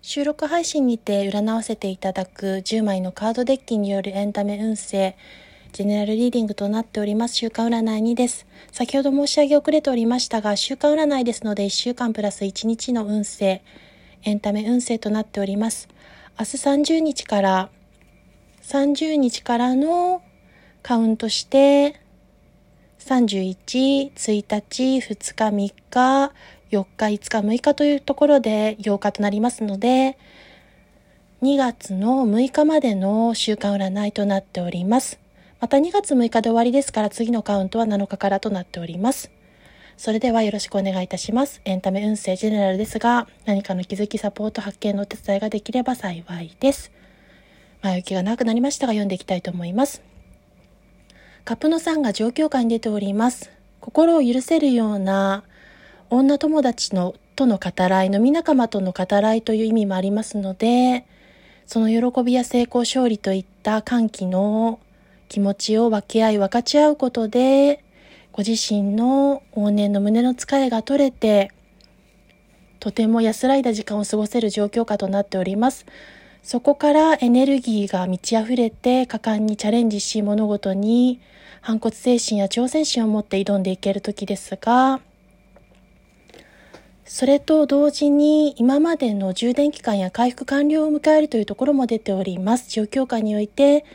収録配信にて占わせていただく10枚のカードデッキによるエンタメ運勢、ジェネラルリーディングとなっております。週間占い2です。先ほど申し上げ遅れておりましたが、週間占いですので1週間プラス1日の運勢、エンタメ運勢となっております。明日30日からのカウントして、31、1日、2日、3日、4日、5日、6日というところで8日となりますので、2月の6日までの週間占いとなっております。また2月6日で終わりですから次のカウントは7日からとなっております。それではよろしくお願いいたします。エンタメ運勢ジェネラルですが、何かの気づき、サポート、発見のお手伝いができれば幸いです。前置きが長くなりましたが読んでいきたいと思います。カップの3が状況下に出ております。心を許せるような女友達との語らい、飲み仲間との語らいという意味もありますので、その喜びや成功、勝利といった歓喜の気持ちを分け合い分かち合うことで、ご自身の往年の胸の疲れが取れて、とても安らいだ時間を過ごせる状況下となっております。そこからエネルギーが満ち溢れて果敢にチャレンジし、物事に反骨精神や挑戦心を持って挑んでいける時ですが、それと同時に今までの充電期間や回復完了を迎えるというところも出ております。状況下において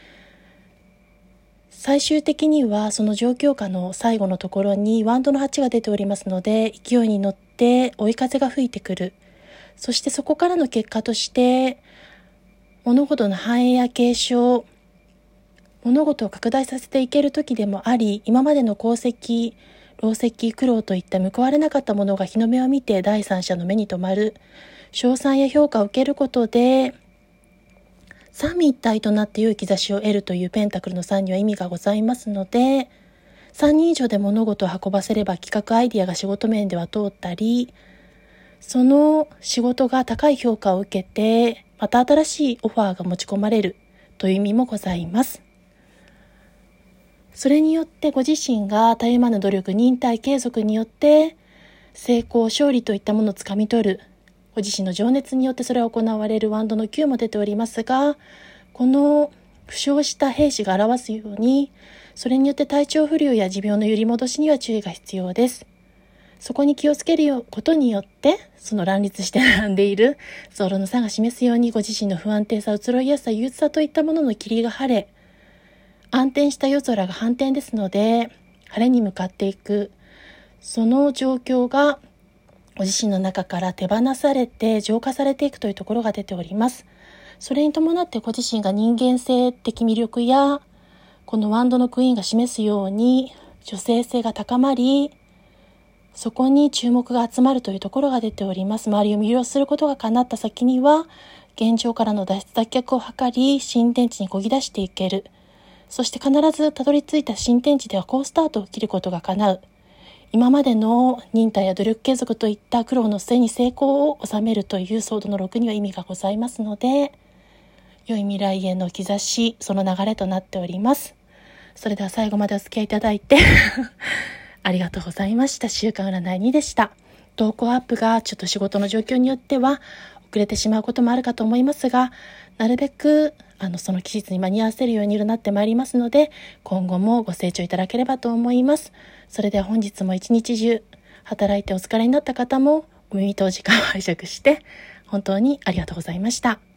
最終的にはその状況下の最後のところにワンドの8が出ておりますので、勢いに乗って追い風が吹いてくる。そしてそこからの結果として物事の繁栄や継承、物事を拡大させていける時でもあり、今までの功績、労績、苦労といった報われなかったものが日の目を見て第三者の目に留まる、称賛や評価を受けることで三位一体となって良い兆しを得るというペンタクルの3には意味がございますので、3人以上で物事を運ばせれば企画アイディアが仕事面では通ったり、その仕事が高い評価を受けてまた新しいオファーが持ち込まれるという意味もございます。それによってご自身がたゆまぬ努力、忍耐、継続によって成功、勝利といったものをつかみ取る、ご自身の情熱によってそれが行われるワンドの9も出ておりますが、この負傷した兵士が表すように、それによって体調不良や持病の揺り戻しには注意が必要です。そこに気をつけることによって、その乱立して並んでいるゾロの差が示すように、ご自身の不安定さ、移ろいやすさ、憂鬱さといったものの霧が晴れ、暗転した夜空が反転ですので、晴れに向かっていく、その状況がご自身の中から手放されて浄化されていくというところが出ております。それに伴ってご自身が人間性的魅力や、このワンドのクイーンが示すように女性性が高まり、そこに注目が集まるというところが出ております。周りを魅了することが叶った先には、現状からの脱出脱却を図り、新天地に漕ぎ出していける。そして必ずたどり着いた新天地では好スタートを切ることが叶う。今までの忍耐や努力継続といった苦労の末に成功を収めるというソードの6には意味がございますので、良い未来への兆し、その流れとなっております。それでは最後までお付き合いいただいてありがとうございました。週間占い2でした。投稿アップがちょっと仕事の状況によっては遅れてしまうこともあるかと思いますが、なるべくその期日に間に合わせるようになってまいりますので、今後もご清聴いただければと思います。それでは本日も一日中働いてお疲れになった方もお耳とお時間を拝借して本当にありがとうございました。